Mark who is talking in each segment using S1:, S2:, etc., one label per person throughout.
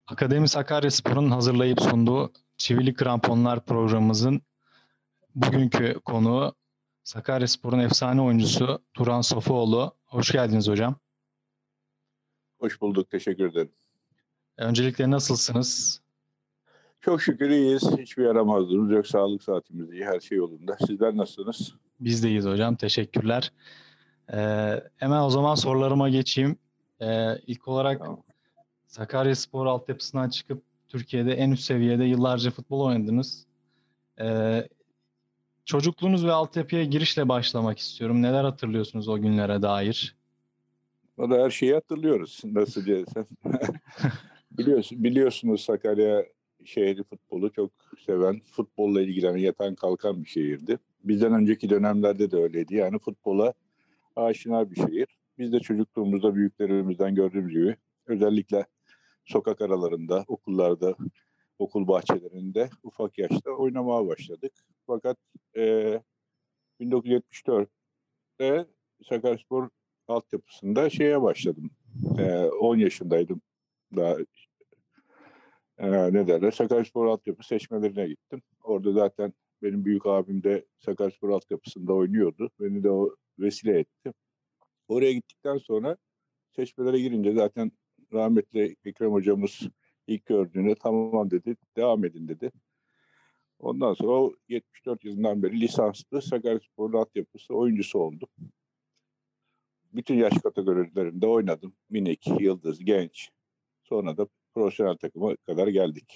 S1: Akademi Sakaryaspor'un hazırlayıp sunduğu Çivili Kramponlar programımızın bugünkü konuğu Sakaryaspor'un efsane oyuncusu Turan Sofuoğlu. Hoş geldiniz hocam.
S2: Hoş bulduk, teşekkür ederim.
S1: Öncelikle nasılsınız?
S2: Çok şükür iyiyiz. Hiçbir yaramazlığımız yok. Sağlık saatimiz iyi, her şey yolunda. Sizler nasılsınız?
S1: Biz de iyiyiz hocam, teşekkürler. Hemen o zaman sorularıma geçeyim. İlk olarak
S2: Tamam.
S1: Sakaryaspor altyapısından çıkıp Türkiye'de en üst seviyede yıllarca futbol oynadınız. Çocukluğunuz ve altyapıya girişle başlamak istiyorum. Neler hatırlıyorsunuz o günlere dair?
S2: O da her şeyi hatırlıyoruz. Nasıl diyesem. Biliyorsunuz Sakarya şehri futbolu çok seven, futbolla ilgilenen, yatan kalkan bir şehirdi. Bizden önceki dönemlerde de öyleydi. Yani futbola aşina bir şehir. Biz de çocukluğumuzda büyüklerimizden gördüğümüz gibi özellikle sokak aralarında, okullarda, okul bahçelerinde ufak yaşta oynamaya başladık. Fakat 1974'te Sakaryaspor altyapısında başladım. 10 yaşındaydım. Daha ne derler? Sakaryaspor altyapı seçmelerine gittim. Orada zaten benim büyük abim de Sakaryaspor altyapısında oynuyordu. Beni de o vesile etti. Oraya gittikten sonra seçmelere girince zaten rahmetli Ekrem hocamız ilk gördüğünde tamam dedi, devam edin dedi. Ondan sonra o 74 yılından beri lisanslı Sakaryaspor altyapısı oyuncusu oldum. Bütün yaş kategorilerinde oynadım. Minik, yıldız, genç. Sonra da profesyonel takıma kadar geldik.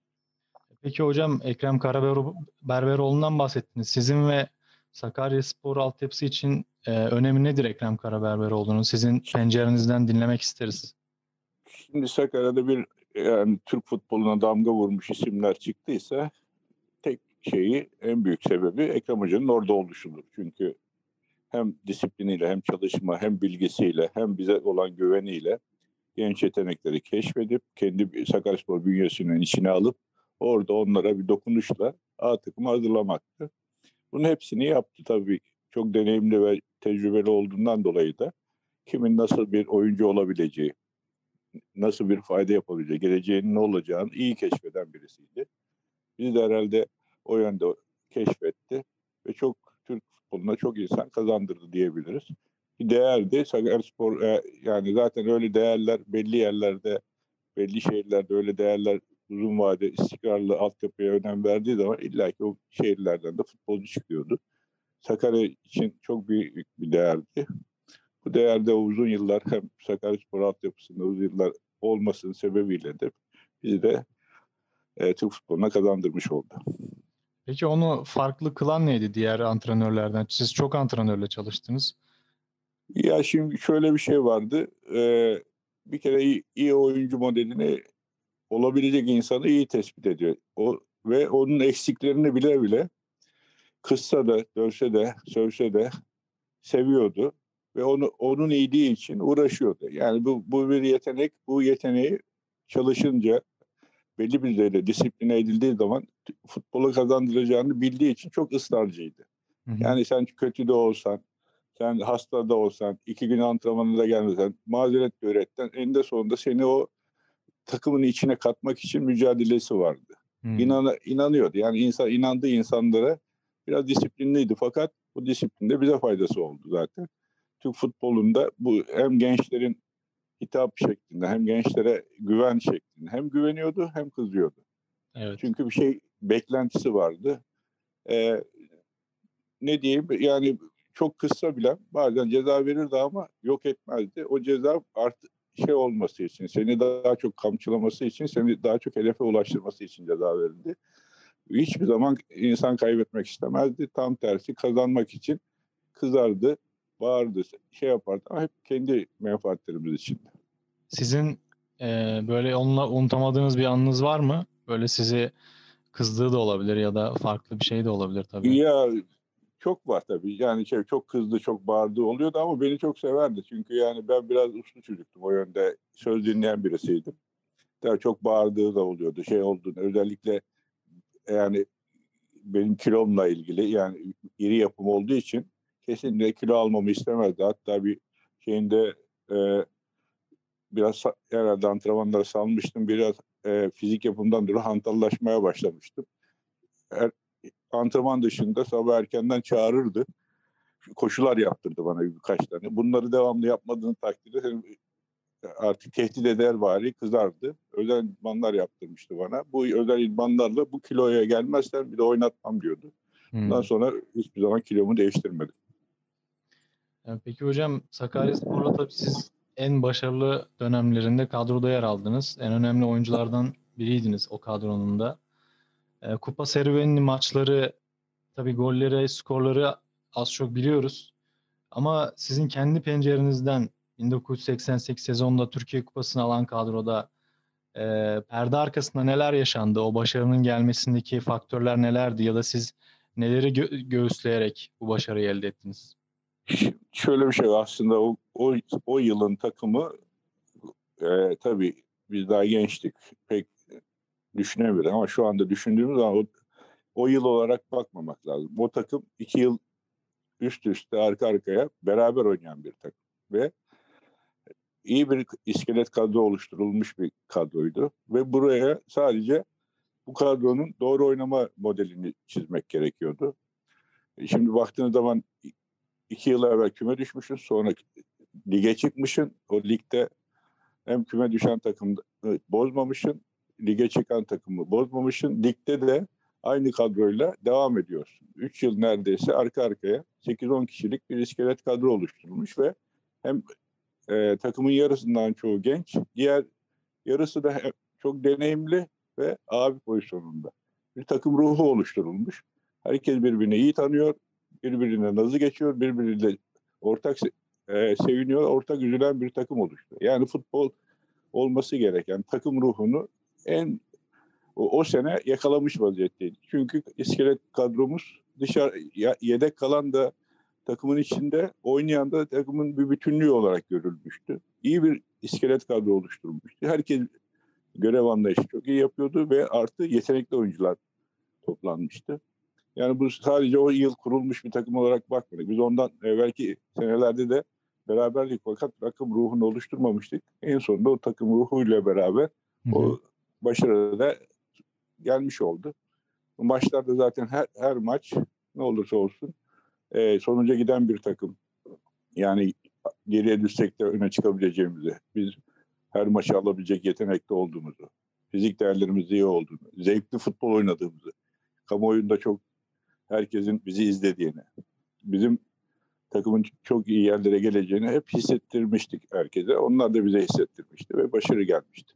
S1: Peki hocam, Ekrem Karaberberoğlu'ndan bahsettiniz. Sizin ve Sakaryaspor altyapısı için önemi nedir Ekrem Karaberberoğlu'nun? Sizin pencerenizden dinlemek isteriz.
S2: Şimdi Sakarya'da yani Türk futboluna damga vurmuş isimler çıktıysa tek en büyük sebebi Ekrem Hoca'nın orada oluşudur. Çünkü hem disipliniyle, hem çalışma, hem bilgisiyle, hem bize olan güveniyle genç yetenekleri keşfedip kendi Sakaryaspor bünyesinin içine alıp orada onlara bir dokunuşla A takımı hazırlamaktı. Bunun hepsini yaptı tabii. Çok deneyimli ve tecrübeli olduğundan dolayı da kimin nasıl bir oyuncu olabileceği, nasıl bir fayda yapabileceği, geleceğinin ne olacağını iyi keşfeden birisiydi. Bizi de herhalde o yönde keşfetti ve çok Türk futboluna çok insan kazandırdı diyebiliriz. Bir değerdi. Sakaryaspor yani zaten öyle değerler belli yerlerde, belli şehirlerde öyle değerler uzun vade istikrarlı altyapıya önem verdiği zaman illaki o şehirlerden de futbolcu çıkıyordu. Sakarya için çok büyük bir değerdi. Bu değerde uzun yıllar hem Sakaryaspor altyapısında uzun yıllar olmasının sebebiyle de bizi de Türk futboluna kazandırmış oldu.
S1: Peki onu farklı kılan neydi diğer antrenörlerden? Siz çok antrenörle çalıştınız.
S2: Ya şimdi şöyle bir şey vardı. Bir kere iyi oyuncu modelini olabilecek insanı iyi tespit ediyor. Ve onun eksiklerini bile bile kızsa da, dövse de, sövse de seviyordu. Ve onun iyiliği için uğraşıyordu. Yani bu bir yetenek. Bu yeteneği çalışınca belli bir düzeyde disipline edildiği zaman futbolu kazandıracağını bildiği için çok ısrarcıydı.
S1: Hı hı.
S2: Yani sen kötü de olsan, sen hasta da olsan, 2 gün antrenmanına da gelmesen, mazeret de üretten eninde sonunda seni o takımın içine katmak için mücadelesi vardı. İnanıyordu. Yani inandığı insanlara biraz disiplinliydi. Fakat bu disiplinde bize faydası oldu zaten. Türk futbolunda bu hem gençlerin hitap şeklinde hem gençlere güven şeklinde hem güveniyordu hem kızıyordu.
S1: Evet.
S2: Çünkü bir beklentisi vardı. Ne diyeyim yani çok kızsa bile bazen ceza verirdi ama yok etmezdi. O ceza artık olması için, seni daha çok kamçılaması için, seni daha çok hedefe ulaştırması için ceza verirdi. Hiçbir zaman insan kaybetmek istemezdi. Tam tersi kazanmak için kızardı, bağırdı, yapardı ama hep kendi menfaatlerimiz için.
S1: Sizin böyle onunla unutamadığınız bir anınız var mı? Böyle sizi kızdığı da olabilir ya da farklı bir şey de olabilir tabii.
S2: Ya çok var tabii. Yani çok kızdı, çok bağırdığı oluyordu ama beni çok severdi. Çünkü yani ben biraz uslu çocuktum o yönde. Söz dinleyen birisiydim. Daha çok bağırdığı da oluyordu. Olduğunu özellikle yani benim kilomla ilgili yani iri yapım olduğu için kesinlikle kilo almamı istemezdi. Hatta bir şeyinde biraz herhalde antrenmanlara salmıştım. Biraz fizik yapımdan dolayı hantallaşmaya başlamıştım. Antrenman dışında sabah erkenden çağırırdı. Koşular yaptırdı bana birkaç tane. Bunları devamlı yapmadığın takdirde artık tehdit eder bari kızardı. Özel idmanlar yaptırmıştı bana. Bu özel idmanlarla bu kiloya gelmezsen bir de oynatmam diyordu. Bundan sonra hiçbir zaman kilomu değiştirmedim.
S1: Peki hocam, Sakaryaspor'la tabii siz en başarılı dönemlerinde kadroda yer aldınız. En önemli oyunculardan biriydiniz o kadronun da. Kupa serüvenini, maçları, tabii golleri, skorları az çok biliyoruz. Ama sizin kendi pencerenizden 1988 sezonunda Türkiye Kupası'nı alan kadroda perde arkasında neler yaşandı? O başarının gelmesindeki faktörler nelerdi? Ya da siz neleri göğüsleyerek bu başarıyı elde ettiniz?
S2: Şöyle bir şey aslında o yılın takımı tabii biz daha gençtik. Pek düşünemiyoruz ama şu anda düşündüğümüz zaman o yıl olarak bakmamak lazım. O takım 2 yıl üst üste arka arkaya beraber oynayan bir takım ve iyi bir iskelet kadro oluşturulmuş bir kadroydu ve buraya sadece bu kadronun doğru oynama modelini çizmek gerekiyordu. Şimdi baktığınız zaman 2 yıl evvel küme düşmüşsün, sonra lige çıkmışsın. O ligde hem küme düşen takımı bozmamışsın, lige çıkan takımı bozmamışsın. Ligde de aynı kadroyla devam ediyorsun. 3 yıl neredeyse arka arkaya 8-10 kişilik bir iskelet kadro oluşturulmuş ve hem takımın yarısından çoğu genç, diğer yarısı da çok deneyimli ve abi pozisyonunda. Bir takım ruhu oluşturulmuş. Herkes birbirini iyi tanıyor, birbirine nazı geçiyor, birbiriyle ortak seviniyor, ortak üzülen bir takım oluştu. Yani futbol olması gereken takım ruhunu o sene yakalamış vaziyetteydi. Çünkü iskelet kadromuz yedek kalan da takımın içinde, oynayan da takımın bir bütünlüğü olarak görülmüştü. İyi bir iskelet kadro oluşturulmuştu. Herkes görev anlayışı çok iyi yapıyordu ve artı yetenekli oyuncular toplanmıştı. Yani bu sadece o yıl kurulmuş bir takım olarak bakmadık. Biz ondan evvelki senelerde de beraberlik fakat takım ruhunu oluşturmamıştık. En sonunda o takım ruhuyla beraber o başarıda gelmiş oldu. Bu maçlarda zaten her maç ne olursa olsun sonuca giden bir takım. Yani geriye düşsek de öne çıkabileceğimizi, biz her maçı alabilecek yetenekte olduğumuzu, fizik değerlerimiz iyi olduğunu, zevkli futbol oynadığımızı, kamuoyunda çok herkesin bizi izlediğini, bizim takımın çok iyi yerlere geleceğini hep hissettirmiştik herkese. Onlar da bize hissettirmişti ve başarı gelmişti.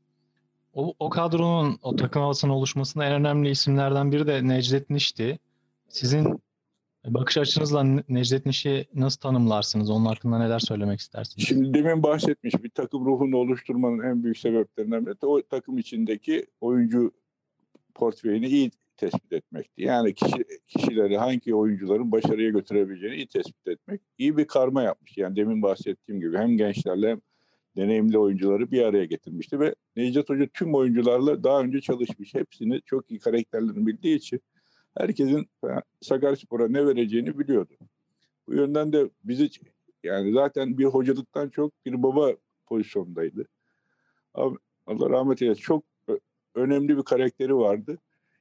S1: O kadronun, o takım havasının oluşmasında en önemli isimlerden biri de Necdet Niş'ti. Sizin bakış açınızla Necdet Niş'i nasıl tanımlarsınız? Onun hakkında neler söylemek istersiniz?
S2: Şimdi demin bahsetmiş bir takım ruhunu oluşturmanın en büyük sebeplerinden biri de o takım içindeki oyuncu portföyünü iyi tespit etmekti. Yani kişileri, hangi oyuncuların başarıya götürebileceğini iyi tespit etmek. İyi bir karma yapmış. Yani demin bahsettiğim gibi hem gençlerle hem deneyimli oyuncuları bir araya getirmişti ve Necdet Hoca tüm oyuncularla daha önce çalışmış. Hepsini çok iyi karakterlerini bildiği için herkesin Sakaryaspor'a ne vereceğini biliyordu. Bu yönden de bizi yani zaten bir hocalıktan çok bir baba pozisyondaydı. Allah rahmet eylesin. Çok önemli bir karakteri vardı.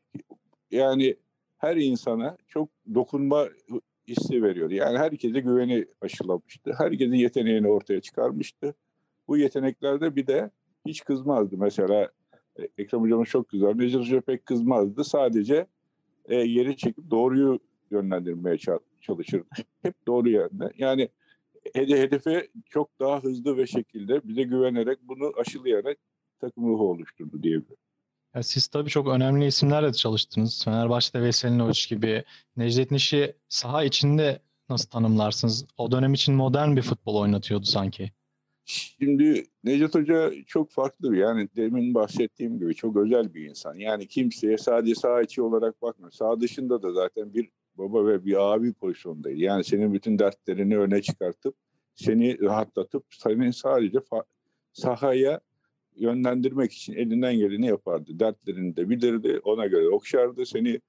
S2: Yani her insana çok dokunma hissi veriyordu. Yani herkese güveni aşılamıştı. Herkesin yeteneğini ortaya çıkarmıştı. Bu yeteneklerde bir de hiç kızmazdı. Mesela Ekrem Hocamız çok kızar. Necdet Hoca pek kızmazdı. Sadece yeri çekip doğruyu yönlendirmeye çalışırdı. Hep doğru yönde. Yani hedefe çok daha hızlı ve şekilde bize güvenerek bunu aşılayarak takım ruhu oluşturdu diyebilirim.
S1: Ya siz tabii çok önemli isimlerle de çalıştınız. Fenerbahçe'de Veselinovic gibi. Necdet Niş'i saha içinde nasıl tanımlarsınız? O dönem için modern bir futbol oynatıyordu sanki.
S2: Şimdi Necdet Hoca çok farklı. Yani demin bahsettiğim gibi çok özel bir insan. Yani kimseye sadece saha içi olarak bakmıyor. Saha dışında da zaten bir baba ve bir abi pozisyondaydı. Yani senin bütün dertlerini öne çıkartıp seni rahatlatıp seni sadece sahaya yönlendirmek için elinden geleni yapardı. Dertlerini de bilirdi, ona göre okşardı.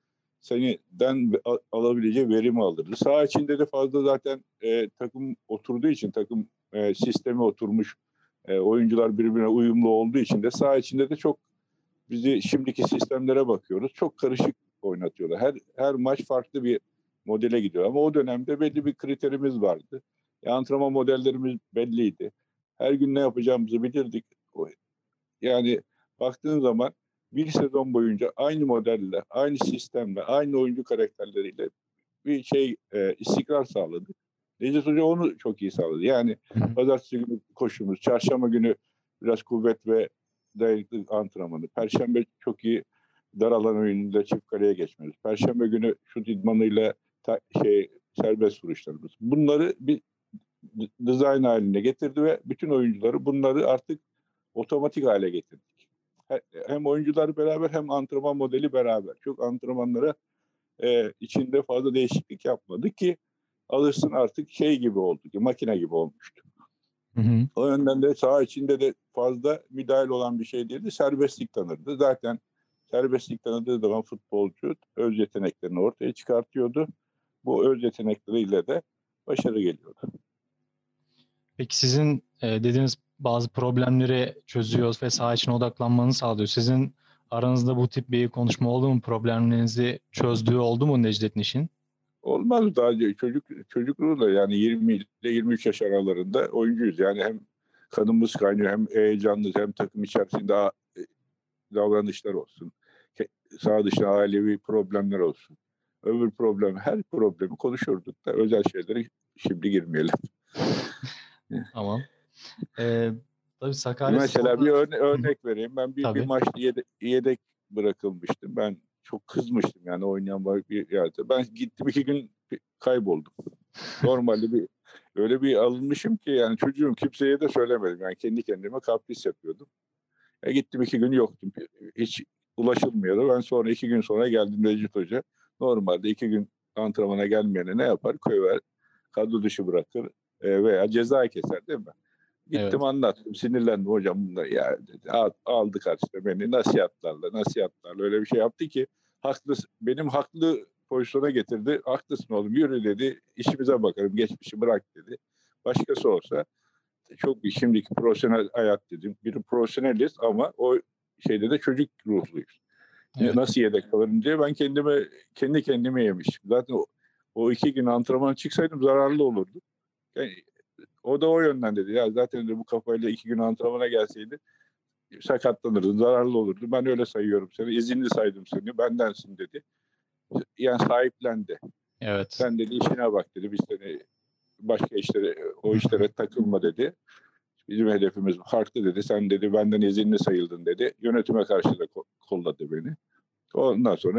S2: Seniden alabileceği verimi alırdı. Saha içinde de fazla zaten takım oturduğu için, takım sistemi oturmuş, oyuncular birbirine uyumlu olduğu için de saha içinde de çok bizi şimdiki sistemlere bakıyoruz. Çok karışık oynatıyorlar. Her maç farklı bir modele gidiyor. Ama o dönemde belli bir kriterimiz vardı. Antrenman modellerimiz belliydi. Her gün ne yapacağımızı bilirdik. Yani baktığın zaman bir sezon boyunca aynı modelle, aynı sistemle, aynı oyuncu karakterleriyle bir istikrar sağladık. Necdet Hoca onu çok iyi sağladı. Yani pazartesi günü koşumuz, çarşamba günü biraz kuvvet ve dayanıklılık antrenmanı, perşembe çok iyi dar alan oyunuyla çift kaleye geçmemiz, perşembe günü şut idmanıyla serbest vuruşlarımız. Bunları bir dizayn haline getirdi ve bütün oyuncuları bunları artık otomatik hale getirdik. Hem oyuncular beraber hem antrenman modeli beraber. Çok antrenmanlara içinde fazla değişiklik yapmadı ki alırsın artık gibi oldu ki makine gibi olmuştu.
S1: Hı hı.
S2: O yönden de saha içinde de fazla müdahil olan bir şey değildi. Serbestlik tanırdı. Zaten serbestlik tanıdığı zaman futbolcu öz yeteneklerini ortaya çıkartıyordu. Bu öz yetenekleriyle de başarı geliyordu.
S1: Peki sizin dediğiniz bazı problemleri çözüyor ve saha içine odaklanmanı sağlıyor. Sizin aranızda bu tip bir konuşma oldu mu? Problemlerinizi çözdüğü oldu mu Necdet Niş'in?
S2: Olmaz daha çocukluğu da yani 20 ile 23 yaş aralarında oyuncuyuz. Yani hem kanımız kaynıyor hem heyecanlıyız hem takım içerisinde davranışlar olsun. Sağ dışında ailevi problemler olsun. Her problemi konuşurduk da özel şeyleri şimdi girmeyelim.
S1: Tamam. Tabii
S2: Mesela bir örnek vereyim. Ben bir
S1: Tabii.
S2: maçta yedek bırakılmıştım. Ben çok kızmıştım yani oynayan bir yerde. Ben gittim 2 gün kayboldum. Normalde öyle bir alınmışım ki yani çocuğum kimseye de söylemedim. Yani kendi kendime kapris yapıyordum. Gittim 2 gün yoktum. Hiç ulaşılmıyordu. Ben sonra 2 gün sonra geldim Necdet Hoca. Normalde 2 gün antrenmana gelmeyene ne yapar? Koyver, kadro dışı bırakır veya ceza keser değil mi? Gittim
S1: Evet.
S2: anlattım. Sinirlendim hocam bunlar ya dedi. Aldı karşıda beni nasihatlarla öyle bir şey yaptı ki benim haklı pozisyona getirdi. Haklısın oğlum yürü dedi. İşimize bakarım geçmişi bırak dedi. Başkası olsa şimdiki profesyonel hayat dedim. Biri profesyoneliz ama o şeyde de çocuk ruhluyuz.
S1: Evet.
S2: Nasıl yedek kalırım diye ben kendi kendime yemişim. Zaten o 2 gün antrenman çıksaydım zararlı olurdu. Yani, o da o yönden dedi. Ya zaten de bu kafayla 2 gün antrenmana gelseydi sakatlanırdın, zararlı olurdu. Ben öyle sayıyorum seni. İzinli saydım seni. Bendensin dedi. Yani sahiplendi.
S1: Evet.
S2: Sen dedi işine bak dedi. Biz seni başka o işlere takılma dedi. Bizim hedefimiz farklı dedi. Sen dedi benden izinli sayıldın dedi. Yönetime karşı da kolladı beni. Ondan sonra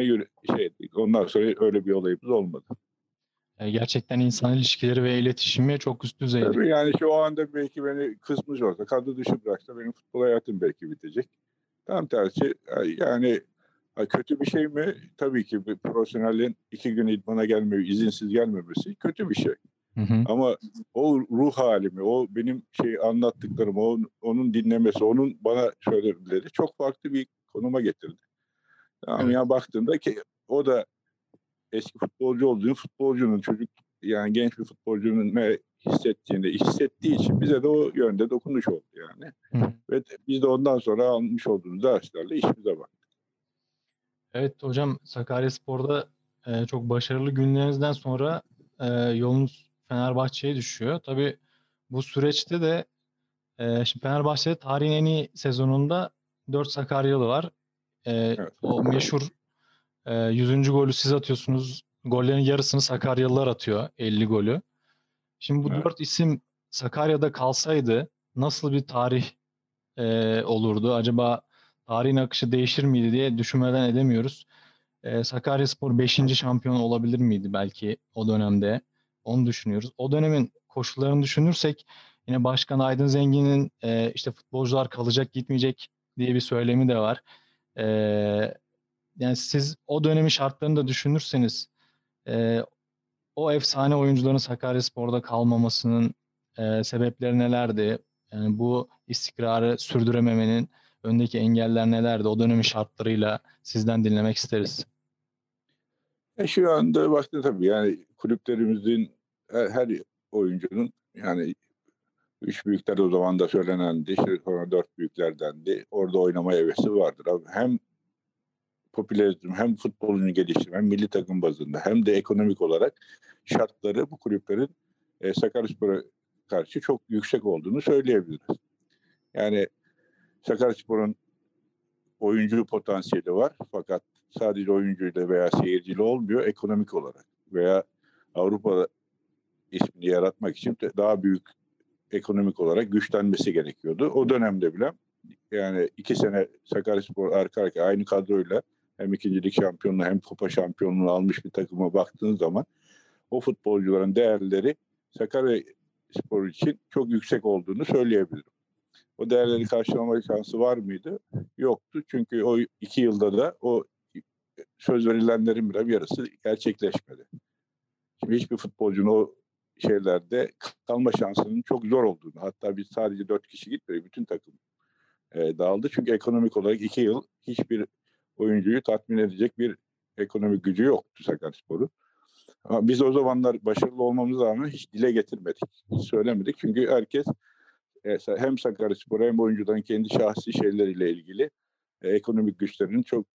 S2: ondan sonra öyle bir olayımız olmadı.
S1: Gerçekten insan ilişkileri ve iletişimi çok üst düzeydi.
S2: Tabii yani o anda belki beni kızmış olsa, kadro dışı bıraksa benim futbol hayatım belki bitecek. Tam tersi yani kötü bir şey mi? Tabii ki bir profesyonelin 2 gün idmana izinsiz gelmemesi kötü bir şey.
S1: Hı hı.
S2: Ama o ruh halimi, o benim anlattıklarım, onun dinlemesi, onun bana söyledikleri çok farklı bir konuma getirdi. Tamam
S1: Evet.
S2: ya baktığında ki o da eski futbolcu futbolcunun yani genç bir futbolcunun ne hissettiği için bize de o yönde dokunuş oldu yani.
S1: Hı.
S2: Ve biz de ondan sonra almış olduğumuz derslerle işimize baktık.
S1: Evet hocam, Sakaryaspor'da çok başarılı günlerinizden sonra yolunuz Fenerbahçe'ye düşüyor. Tabii bu süreçte de şimdi Fenerbahçe'de tarihin en iyi sezonunda 4 Sakaryalı var.
S2: Evet.
S1: O meşhur 100. golü siz atıyorsunuz. Gollerin yarısını Sakaryalılar atıyor, 50 golü. Şimdi bu
S2: Evet.
S1: 4 isim Sakarya'da kalsaydı nasıl bir tarih olurdu? Acaba tarihin akışı değişir miydi diye düşünmeden edemiyoruz. Sakaryaspor 5. şampiyon olabilir miydi belki o dönemde? Onu düşünüyoruz. O dönemin koşullarını düşünürsek yine Başkan Aydın Zengin'in işte futbolcular kalacak gitmeyecek diye bir söylemi de var. E, Yani siz o dönemin şartlarını da düşünürseniz e, o efsane oyuncuların Sakaryaspor'da kalmamasının sebepleri nelerdi? Yani bu istikrarı sürdürememenin önündeki engeller nelerdi? O dönemin şartlarıyla sizden dinlemek isteriz.
S2: Şu anda baktığında tabii yani kulüplerimizin her oyuncunun yani Üç büyükler o zaman da söylenendi. İşte sonra dört büyükler dendi. Orada oynama hevesi vardır. Hem popülerizm hem futbolunu geliştirme hem milli takım bazında hem de ekonomik olarak şartları bu kulüplerin Sakaryaspor'a karşı çok yüksek olduğunu söyleyebiliriz. Yani Sakaryaspor'un oyuncu potansiyeli var fakat sadece oyuncuyla veya seyirciyle olmuyor ekonomik olarak veya Avrupa ismini yaratmak için daha büyük ekonomik olarak güçlenmesi gerekiyordu. O dönemde bile yani 2 sene Sakaryaspor arka arkaya aynı kadroyla hem ikincilik şampiyonluğu hem kupa şampiyonluğu almış bir takıma baktığınız zaman o futbolcuların değerleri Sakaryaspor için çok yüksek olduğunu söyleyebilirim. O değerleri karşılama şansı var mıydı? Yoktu. Çünkü o 2 yılda da o söz verilenlerin bile bir yarısı gerçekleşmedi. Şimdi hiçbir futbolcunun o şeylerde kalma şansının çok zor olduğunu, hatta biz sadece 4 kişi gitmedi, bütün takım dağıldı. Çünkü ekonomik olarak 2 yıl hiçbir oyuncuyu tatmin edecek bir ekonomik gücü yoktu Sakaryaspor'un. Ama biz o zamanlar başarılı olmamıza rağmen hiç dile getirmedik, hiç söylemedik. Çünkü herkes hem Sakaryaspor hem oyuncuların kendi şahsi şeyleriyle ilgili ekonomik güçlerinin çok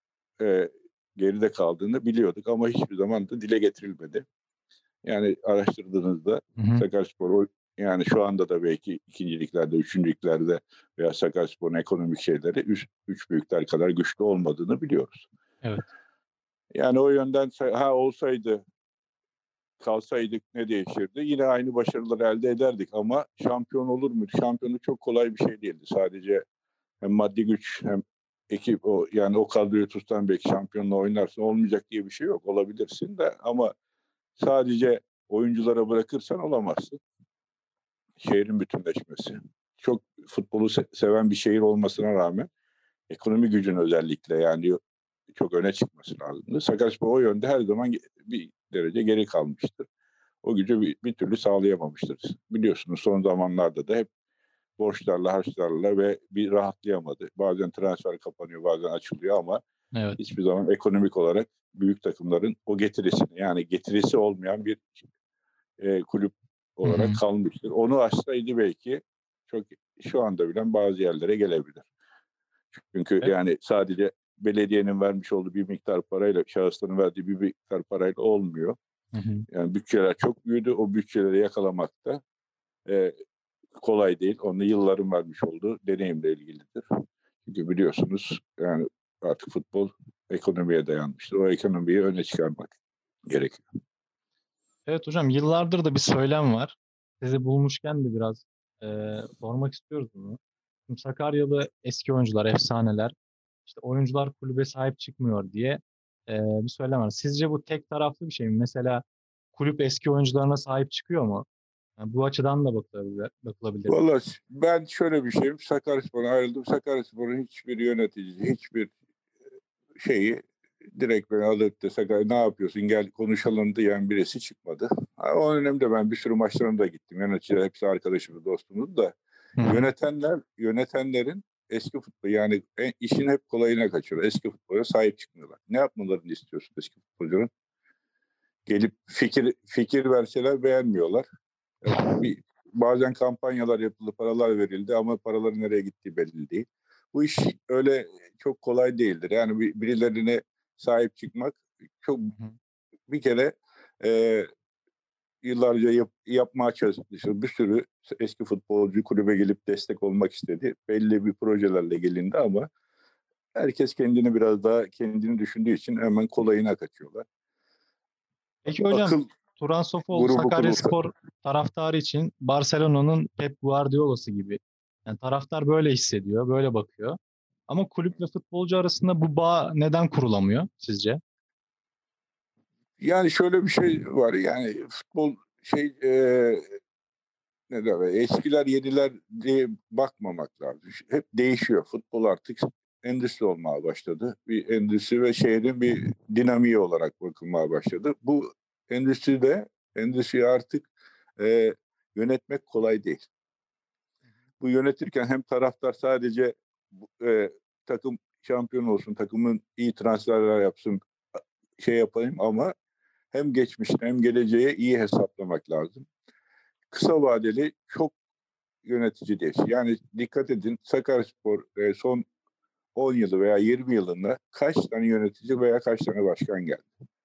S2: geride kaldığını biliyorduk ama hiçbir zaman da dile getirilmedi. Yani araştırdığınızda Sakaryaspor yani şu anda da belki ikinciliklerde, üçüncülüklerde veya Sakaryaspor'un ekonomik şeyleri üç büyükler kadar güçlü olmadığını biliyoruz.
S1: Evet.
S2: Yani o yönden olsaydı kalsaydık ne değişirdi? Yine aynı başarıları elde ederdik ama şampiyon olur muydu? Şampiyonluk çok kolay bir şey değildi. Sadece hem maddi güç hem ekip yani o kadroyu tutan belki şampiyonla oynarsın olmayacak diye bir şey yok. Olabilirsin de ama sadece oyunculara bırakırsan olamazsın. Şehrin bütünleşmesi. Çok futbolu seven bir şehir olmasına rağmen ekonomi gücün özellikle yani çok öne çıkması lazımdı. Sakaryaspor o yönde her zaman bir derece geri kalmıştır. O gücü bir türlü sağlayamamıştır. Biliyorsunuz son zamanlarda da hep borçlarla, harçlarla ve bir rahatlayamadı. Bazen transfer kapanıyor, bazen açılıyor ama
S1: Evet.
S2: hiçbir zaman ekonomik olarak büyük takımların o getirisini yani getirisi olmayan bir kulüp olarak kalmıştır. Onu aşsaydı belki çok şu anda bilen bazı yerlere gelebilir. Çünkü
S1: Evet.
S2: yani sadece belediyenin vermiş olduğu bir miktar parayla, şahısların verdiği bir miktar parayla olmuyor. Yani bütçeler çok büyüdü. O bütçeleri yakalamak da kolay değil. Onun yılların vermiş olduğu deneyimle ilgilidir. Çünkü biliyorsunuz yani artık futbol ekonomiye dayanmıştır. O ekonomiyi öne çıkarmak gerekiyor.
S1: Evet hocam, yıllardır da bir söylem var. Sizi bulmuşken de biraz sormak istiyoruz bunu. Şimdi Sakaryalı eski oyuncular, efsaneler, işte oyuncular kulübe sahip çıkmıyor diye bir söylem var. Sizce bu tek taraflı bir şey mi? Mesela kulüp eski oyuncularına sahip çıkıyor mu? Yani bu açıdan da bakılabilir.
S2: Vallahi ben şöyle bir şeyim. Sakaryaspor'a ayrıldım. Sakaryaspor'un hiçbir yöneticisi, hiçbir şeyi direkt beni alıp da Sakarya ne yapıyorsun gel konuşalım diyen birisi çıkmadı. O dönemde ben bir sürü maçlarına da gittim. Yöneticiler hepsi arkadaşımız, dostumuz da. Yönetenlerin eski futbol yani işin hep kolayına kaçıyor. Eski futbola sahip çıkmıyorlar. Ne yapmalarını istiyorsun eski futbolcuların? Gelip fikir verseler beğenmiyorlar. Bazen kampanyalar yapıldı, paralar verildi ama paraların nereye gittiği belli değil. Bu iş öyle çok kolay değildir. Yani birilerine sahip çıkmak çok bir kere e, yıllarca yapmaya çalışıldı. Bir sürü eski futbolcu kulübe gelip destek olmak istedi. Belli bir projelerle gelindi ama herkes kendini düşündüğü için hemen kolayına kaçıyorlar.
S1: Peki hocam,
S2: Akıl
S1: Turan Sofoğlu
S2: grubu kurulsa.
S1: Sakaryaspor taraftarı için Barcelona'nın Pep Guardiola'sı gibi. Yani taraftar böyle hissediyor, böyle bakıyor. Ama kulüp ve futbolcu arasında bu bağ neden kurulamıyor sizce?
S2: Yani şöyle bir şey var yani futbol ne derler eskiler yeniler diye bakmamak lazım. Hep değişiyor. Futbol artık endüstri olmaya başladı. Bir endüstri ve şehrin bir dinamiği olarak bakılmaya başladı. Bu endüstriyi artık yönetmek kolay değil. Bu yönetirken hem taraftar sadece takım şampiyon olsun, takımın iyi transferler yapsın, yapayım ama hem geçmişte hem geleceğe iyi hesaplamak lazım. Kısa vadeli çok yönetici değişti. Yani dikkat edin, Sakaryaspor son 10 yılı veya 20 yılında kaç tane yönetici veya kaç tane başkan geldi?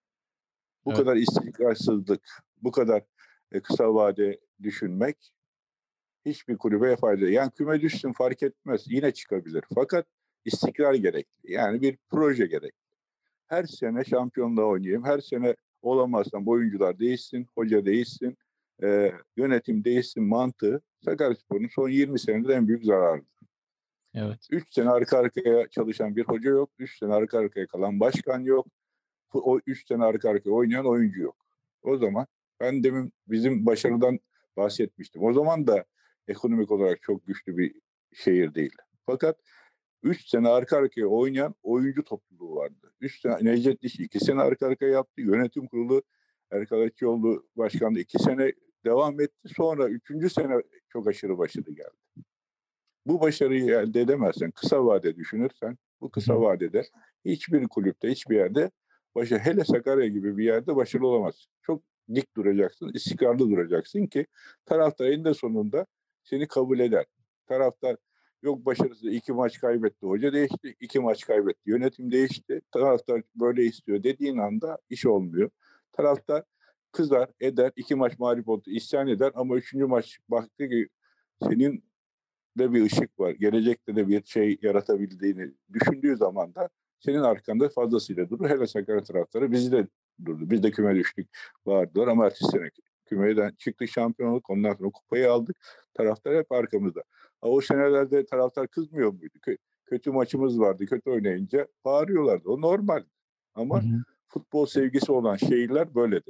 S2: Bu
S1: Evet.
S2: kadar istikrarsızlık, bu kadar kısa vade düşünmek hiçbir kulübe fayda değil. Yani küme düşsün fark etmez. Yine çıkabilir. Fakat istikrar gerekli. Yani bir proje gerekli. Her sene şampiyonluğa oynayayım. Her sene olamazsam oyuncular değişsin, hoca değişsin, yönetim değişsin mantığı Sakaryaspor'un son 20 senedir en büyük zararı.
S1: Evet.
S2: 3 sene arka arkaya çalışan bir hoca yok. 3 sene arka arkaya kalan başkan yok. O 3 sene arka arkaya oynayan oyuncu yok. O zaman ben demin bizim başarıdan bahsetmiştim. O zaman da ekonomik olarak çok güçlü bir şehir değil. Fakat 3 sene arka arkaya oynayan oyuncu topluluğu vardı. 3 sene Necdet İş 2 sene arka arkaya yaptı. Yönetim kurulu Erkal Akçioğlu başkanlığı 2 sene devam etti. Sonra 3. sene çok aşırı başarı geldi. Bu başarıyı elde edemezsen, kısa vade düşünürsen, bu
S1: Hı
S2: kısa
S1: hı.
S2: vadede hiçbir kulüpte, hiçbir yerde hele Sakarya gibi bir yerde başarılı olamazsın. Çok dik duracaksın, istikrarlı duracaksın ki taraftar eninde sonunda seni kabul eder. Taraftar yok başarısız 2 maç kaybetti, hoca değişti, 2 maç kaybetti, yönetim değişti, taraftar böyle istiyor dediğin anda iş olmuyor. Taraftar kızar, eder, 2 maç mağlup oldu, isyan eder ama 3. maç baktı ki senin de bir ışık var. Gelecekte de bir şey yaratabildiğini düşündüğü zaman da senin arkanda fazlasıyla durur. Hele Sakarya taraftarı bizi de durdu. Biz de küme düştük vardılar ama ertesi sene kümeden çıktık şampiyonluk. Ondan sonra kupayı aldık. Taraftar hep arkamızda. O senelerde taraftar kızmıyor muydu? Kötü maçımız vardı. Kötü oynayınca bağırıyorlardı. O normal.
S1: Hı
S2: Ama
S1: hı.
S2: futbol sevgisi olan şehirler böyledir.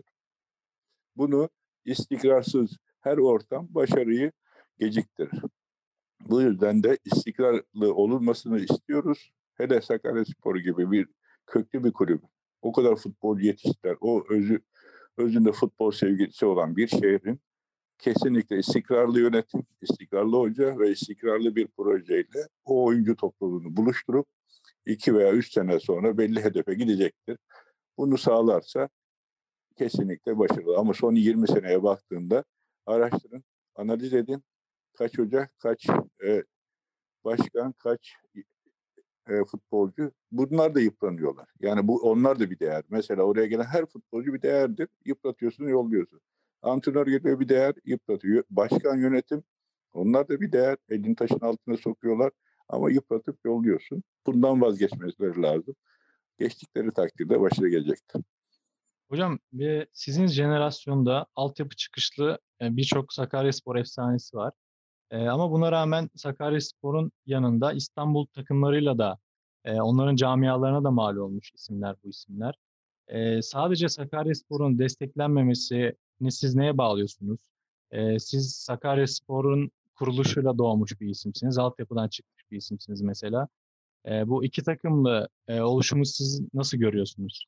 S2: Bunu istikrarsız her ortam başarıyı geciktirir. Bu yüzden de istikrarlı olunmasını istiyoruz. Hele Sakaryaspor gibi bir köklü bir kulüp. O kadar futbolcu yetiştiler. Özünde futbol sevgisi olan bir şehrin kesinlikle istikrarlı yönetim, istikrarlı hoca ve istikrarlı bir projeyle o oyuncu topluluğunu buluşturup 2 veya 3 sene sonra belli hedefe gidecektir. Bunu sağlarsa kesinlikle başarılı. Ama son 20 seneye baktığında araştırın, analiz edin. Kaç hoca, kaç başkan, kaç futbolcu. Bunlar da yıpranıyorlar. Yani onlar da bir değer. Mesela oraya gelen her futbolcu bir değerdir. Yıpratıyorsun, yolluyorsun. Antrenör geliyor bir değer, yıpratıyor. Başkan, yönetim, onlar da bir değer. Elini taşın altına sokuyorlar ama yıpratıp yolluyorsun. Bundan vazgeçmeleri lazım. Geçtikleri takdirde başarı gelecektir.
S1: Hocam sizin jenerasyonda altyapı çıkışlı birçok Sakaryaspor efsanesi var. Ama buna rağmen Sakaryaspor'un yanında İstanbul takımlarıyla da onların camialarına da mal olmuş isimler bu isimler. Sadece Sakaryaspor'un desteklenmemesini siz neye bağlıyorsunuz? Siz Sakaryaspor'un kuruluşuyla doğmuş bir isimsiniz. Altyapıdan çıkmış bir isimsiniz mesela. Bu iki takımlı oluşumu siz nasıl görüyorsunuz?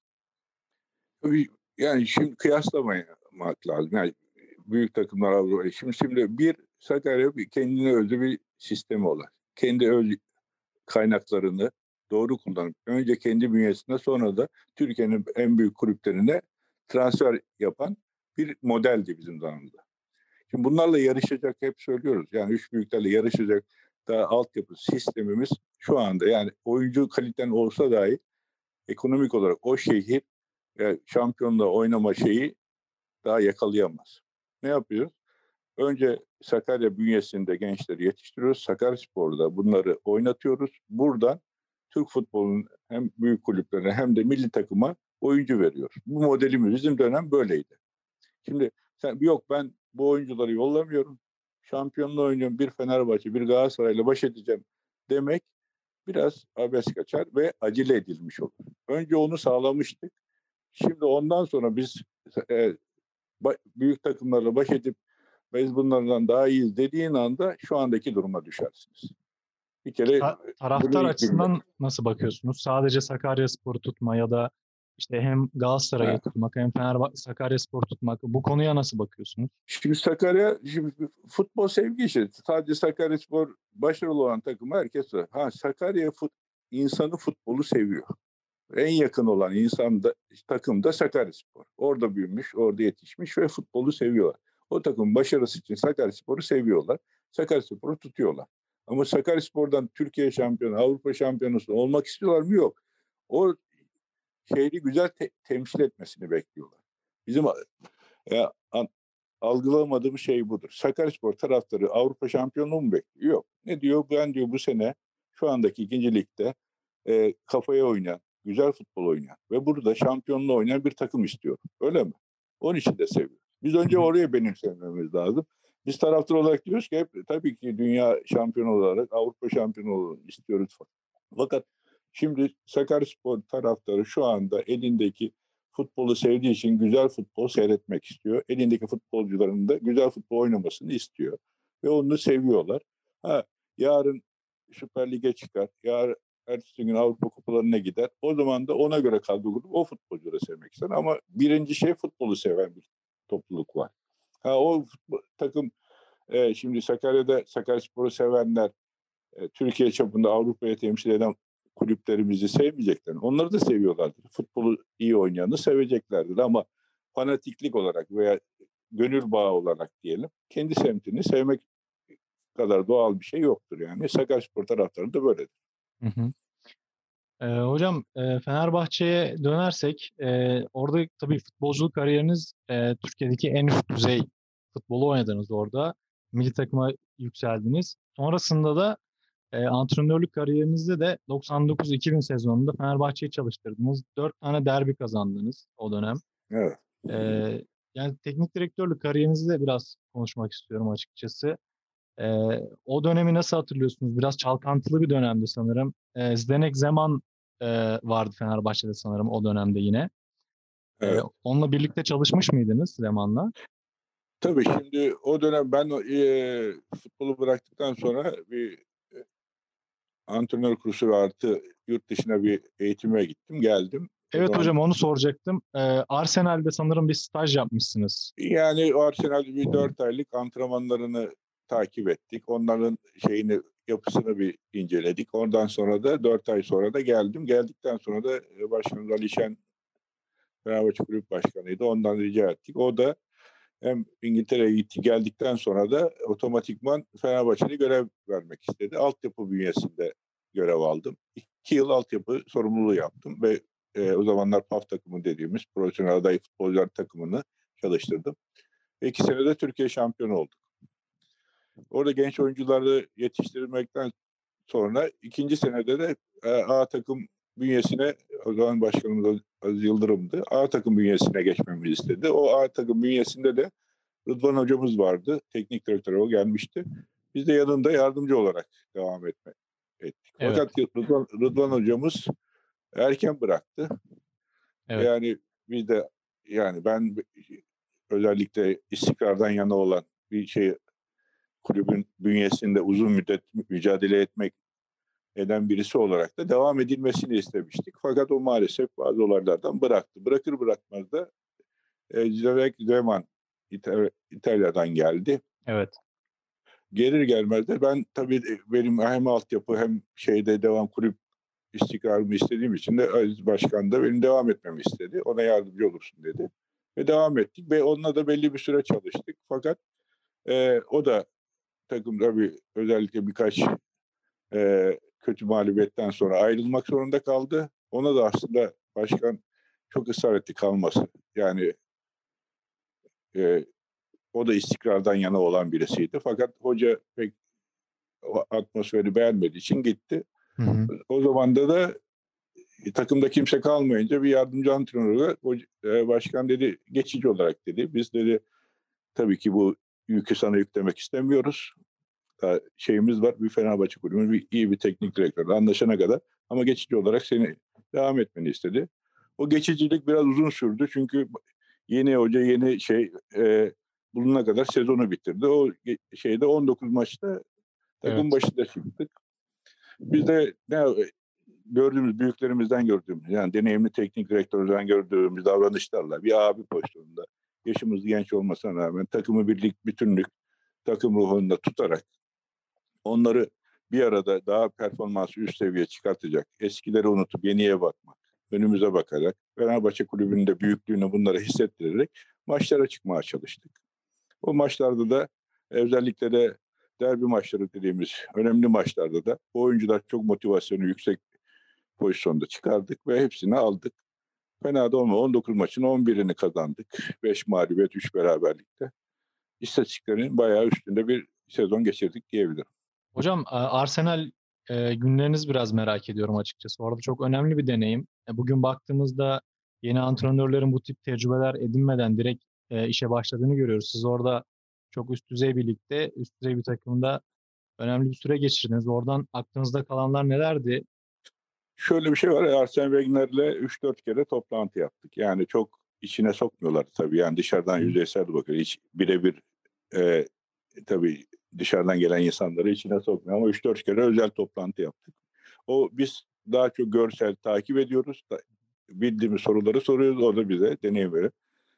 S2: Tabii yani şimdi kıyaslamamak lazım. Yani büyük takımlar Avrupa. Şimdi bir Sakarya kendine özgü bir sistemi olan. Kendi öz kaynaklarını doğru kullanıp önce kendi bünyesinde sonra da Türkiye'nin en büyük kulüplerine transfer yapan bir modeldi bizim zamanımızda. Şimdi bunlarla yarışacak hep söylüyoruz. Yani üç büyüklerle yarışacak daha altyapı sistemimiz şu anda yani oyuncu kaliten olsa dahi ekonomik olarak o şehir şampiyonla oynama şeyi daha yakalayamaz. Ne yapıyoruz? Önce Sakarya bünyesinde gençleri yetiştiriyoruz. Sakaryaspor'da bunları oynatıyoruz. Buradan Türk futbolunun hem büyük kulüplerine hem de milli takıma oyuncu veriyoruz. Bu modelimiz bizim dönem böyleydi. Şimdi yok ben bu oyuncuları yollamıyorum. Şampiyonla oynuyorum bir Fenerbahçe bir Galatasaray'la baş edeceğim demek biraz abes kaçar ve acele edilmiş olur. Önce onu sağlamıştık. Şimdi ondan sonra biz e, büyük takımlarla baş edip biz bunlardan daha iyiyiz dediğin anda şu andaki duruma düşersiniz. Bir kere bunu
S1: Taraftar
S2: ilk bilmek.
S1: açısından nasıl bakıyorsunuz? Sadece Sakaryaspor'u tutma ya da işte hem Galatasaray'ı
S2: Ha.
S1: tutmak hem Sakaryaspor'u tutmak bu konuya nasıl bakıyorsunuz?
S2: Şimdi futbol sevgi işi. Sadece Sakaryaspor başarılı olan takımı herkes var. Sakarya insanı futbolu seviyor. En yakın olan takım da Sakaryaspor. Orada büyümüş, orada yetişmiş ve futbolu seviyorlar. O takımın başarısı için Sakaryaspor'u seviyorlar. Sakaryaspor'u tutuyorlar. Ama Sakaryaspor'dan Türkiye şampiyonu, Avrupa şampiyonası olmak istiyorlar mı? Yok. O şehri güzel temsil etmesini bekliyorlar. Bizim e, algılamadığım şey budur. Sakaryaspor taraftarı Avrupa şampiyonluğu mu bekliyor? Yok. Ne diyor? Ben diyor bu sene şu andaki 2. Lig'de kafaya oynayan, güzel futbol oynayan ve burada şampiyonluğu oynayan bir takım istiyor. Öyle mi? Onun için de seviyor. Biz önce oraya benimsememiz lazım. Biz taraftar olarak diyoruz ki hep tabii ki dünya şampiyonu olarak Avrupa şampiyonu olalım istiyoruz. Fakat şimdi Sakaryaspor taraftarı şu anda elindeki futbolu sevdiği için güzel futbol seyretmek istiyor. Elindeki futbolcuların da güzel futbol oynamasını istiyor. Ve onu seviyorlar. Ha, yarın Süper Lig'e çıkar. Yarın ertesi gün Avrupa kupalarına gider. O zaman da ona göre kadro kurup o futbolcuları sevmek ister. Ama birinci şey futbolu seven bir topluluk var. Ha, o takım şimdi Sakaryaspor'u sevenler Türkiye çapında Avrupa'ya temsil eden kulüplerimizi sevmeyecekler. Onları da seviyorlardır. Futbolu iyi oynayanı seveceklerdir ama fanatiklik olarak veya gönül bağı olarak diyelim kendi semtini sevmek kadar doğal bir şey yoktur yani. Sakaryaspor taraftarı da böyledir.
S1: Hı hı. Hocam Fenerbahçe'ye dönersek orada tabii futbolculuk kariyeriniz Türkiye'deki en üst düzey futbolu oynadınız orada. Milli takıma yükseldiniz. Sonrasında da antrenörlük kariyerinizde de 99-2000 sezonunda Fenerbahçe'yi çalıştırdınız. 4 tane derbi kazandınız o dönem.
S2: Evet.
S1: E, Yani teknik direktörlük kariyerinizi de biraz konuşmak istiyorum açıkçası. O dönemi nasıl hatırlıyorsunuz? Biraz çalkantılı bir dönemdi sanırım. Zdenek Zeman vardı Fenerbahçe'de sanırım o dönemde yine.
S2: Evet.
S1: Onunla birlikte çalışmış mıydınız Zeman'la?
S2: Tabii şimdi o dönem ben futbolu bıraktıktan sonra bir antrenör kursu ve artı yurt dışına bir eğitime gittim. Geldim. O
S1: Evet
S2: zaman
S1: hocam onu soracaktım. Arsenal'de sanırım bir staj yapmışsınız.
S2: yani Arsenal'de bir 4 aylık antrenmanlarını takip ettik. Onların yapısını bir inceledik. Ondan sonra da 4 ay sonra da geldim. Geldikten sonra da Başkanımız Ali Şen Fenerbahçe Kulüp Başkanı'ydı. Ondan rica ettik. O da hem İngiltere'ye gitti. Geldikten sonra da otomatikman Fenerbahçe'de görev vermek istedi. Altyapı bünyesinde görev aldım. 2 yıl altyapı sorumluluğu yaptım ve o zamanlar PAF takımı dediğimiz profesyonel aday futbolcular takımını çalıştırdım. 2 senede Türkiye şampiyonu olduk. Orada genç oyuncuları yetiştirmekten sonra 2. senede de A takım bünyesine, o zaman başkanımız Aziz Yıldırım'dı. A takım bünyesine geçmemizi istedi. O A takım bünyesinde de Rıdvan hocamız vardı. Teknik direktör o gelmişti. Biz de yanında yardımcı olarak devam ettik.
S1: Evet,
S2: Fakat Rıdvan hocamız erken bıraktı.
S1: evet.
S2: Yani biz de yani ben özellikle istikrardan yana olan bir kulübün bünyesinde uzun müddet mücadele eden birisi olarak da devam edilmesini istemiştik. Fakat o maalesef bazı olaylardan bıraktı. Bırakır bırakmaz da Zdenek Zeman İtalya'dan geldi.
S1: Evet.
S2: Gelir gelmez de ben tabii benim hem altyapı hem devam kulüp istikrarımı istediğim için de Aziz Başkan da benim devam etmemi istedi. Ona yardımcı olursun dedi. Ve devam ettik ve onunla da belli bir süre çalıştık. Fakat o da takımda özellikle birkaç kötü mağlubiyetten sonra ayrılmak zorunda kaldı. Ona da aslında başkan çok ısrar etti kalması. Yani e, o da istikrardan yana olan birisiydi. Fakat hoca pek o atmosferi beğenmediği için gitti.
S1: Hı hı.
S2: O zaman da takımda kimse kalmayınca bir yardımcı antrenörü başkan dedi geçici olarak dedi. Biz dedi tabii ki bu yükü sana yüklemek istemiyoruz. Şeyimiz var, bir Fenerbahçe kulübü, iyi bir teknik direktörle anlaşana kadar ama geçici olarak seni devam etmeni istedi. O geçicilik biraz uzun sürdü çünkü yeni hoca bulunana kadar sezonu bitirdi. O 19 maçta takım
S1: Evet.
S2: başında çıktık. Biz de büyüklerimizden gördüğümüz yani deneyimli teknik direktörden gördüğümüz davranışlarla bir abi pozisyonunda yaşımız genç olmasına rağmen takımı birlik, bütünlük, takım ruhunda tutarak onları bir arada daha performansı üst seviyeye çıkartacak, eskileri unutup yeniye bakmak, önümüze bakarak, Fenerbahçe Kulübü'nün de büyüklüğünü bunlara hissettirerek maçlara çıkmaya çalıştık. O maçlarda da özellikle de derbi maçları dediğimiz önemli maçlarda da bu oyuncular çok motivasyonu yüksek pozisyonda çıkardık ve hepsini aldık. Fena da olmadı. 19 maçın 11'ini kazandık. 5 mağlubiyet, 3 beraberlikte. İstatistiklerin bayağı üstünde bir sezon geçirdik diyebilirim.
S1: Hocam Arsenal günleriniz biraz merak ediyorum açıkçası. Orada çok önemli bir deneyim. Bugün baktığımızda yeni antrenörlerin bu tip tecrübeler edinmeden direkt işe başladığını görüyoruz. Siz orada çok üst düzey bir ligde, üst düzey bir takımda önemli bir süre geçirdiniz. Oradan aklınızda kalanlar nelerdi?
S2: Şöyle bir şey var. Arsene Wenger'le 3-4 kere toplantı yaptık. Yani çok içine sokmuyorlar tabii. Yani dışarıdan
S1: Hı.
S2: yüzeysel bakıyor. Hiç birebir e, tabii dışarıdan gelen insanları içine sokmuyor ama 3-4 kere özel toplantı yaptık. Biz daha çok görsel takip ediyoruz. Bildiğimiz soruları soruyoruz. O da bize deneyim veriyor.